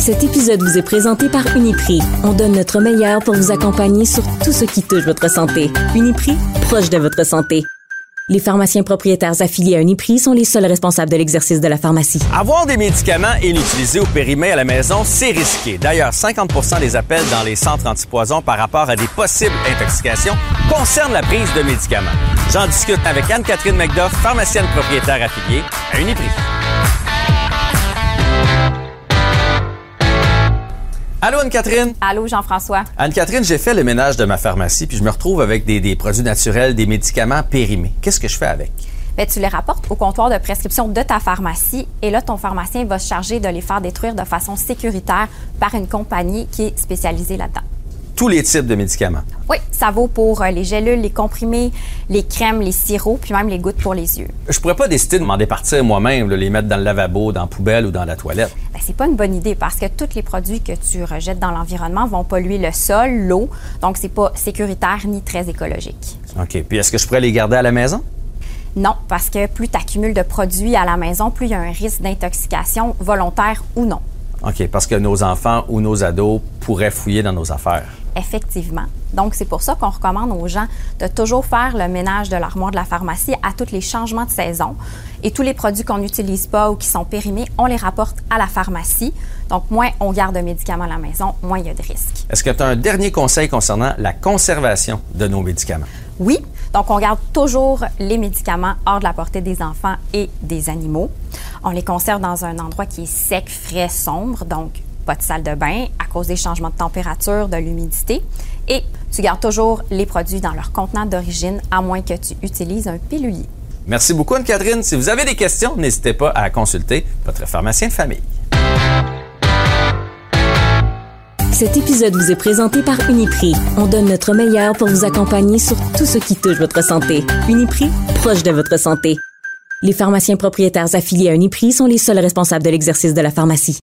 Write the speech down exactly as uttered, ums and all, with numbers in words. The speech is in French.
Cet épisode vous est présenté par Uniprix. On donne notre meilleur pour vous accompagner sur tout ce qui touche votre santé. Uniprix, proche de votre santé. Les pharmaciens propriétaires affiliés à Uniprix sont les seuls responsables de l'exercice de la pharmacie. Avoir des médicaments inutilisés ou périmés à la maison, c'est risqué. D'ailleurs, cinquante pour cent des appels dans les centres antipoison par rapport à des possibles intoxications concernent la prise de médicaments. J'en discute avec Anne-Catherine McDuff, pharmacienne propriétaire affiliée à Uniprix. Allô Anne-Catherine? Allô Jean-François? Anne-Catherine, j'ai fait le ménage de ma pharmacie puis je me retrouve avec des, des produits naturels, des médicaments périmés. Qu'est-ce que je fais avec? Bien, tu les rapportes au comptoir de prescription de ta pharmacie et là, ton pharmacien va se charger de les faire détruire de façon sécuritaire par une compagnie qui est spécialisée là-dedans. Tous les types de médicaments? Oui, ça vaut pour les gélules, les comprimés, les crèmes, les sirops, puis même les gouttes pour les yeux. Je pourrais pas décider de m'en départir moi-même, là, les mettre dans le lavabo, dans la poubelle ou dans la toilette. Bien, c'est pas une bonne idée parce que tous les produits que tu rejettes dans l'environnement vont polluer le sol, l'eau, donc c'est pas sécuritaire ni très écologique. OK. Puis est-ce que je pourrais les garder à la maison? Non, parce que plus tu accumules de produits à la maison, plus il y a un risque d'intoxication volontaire ou non. OK, parce que nos enfants ou nos ados pourraient fouiller dans nos affaires. Effectivement. Donc, c'est pour ça qu'on recommande aux gens de toujours faire le ménage de l'armoire de la pharmacie à tous les changements de saison. Et tous les produits qu'on n'utilise pas ou qui sont périmés, on les rapporte à la pharmacie. Donc, moins on garde de médicaments à la maison, moins il y a de risques. Est-ce que tu as un dernier conseil concernant la conservation de nos médicaments? Oui. Donc, on garde toujours les médicaments hors de la portée des enfants et des animaux. On les conserve dans un endroit qui est sec, frais, sombre, donc pas de salle de bain à cause des changements de température, de l'humidité. Et tu gardes toujours les produits dans leur contenant d'origine, à moins que tu utilises un pilulier. Merci beaucoup, Anne-Catherine. Si vous avez des questions, n'hésitez pas à consulter votre pharmacien de famille. Cet épisode vous est présenté par Uniprix. On donne notre meilleur pour vous accompagner sur tout ce qui touche votre santé. Uniprix, proche de votre santé. Les pharmaciens propriétaires affiliés à Uniprix sont les seuls responsables de l'exercice de la pharmacie.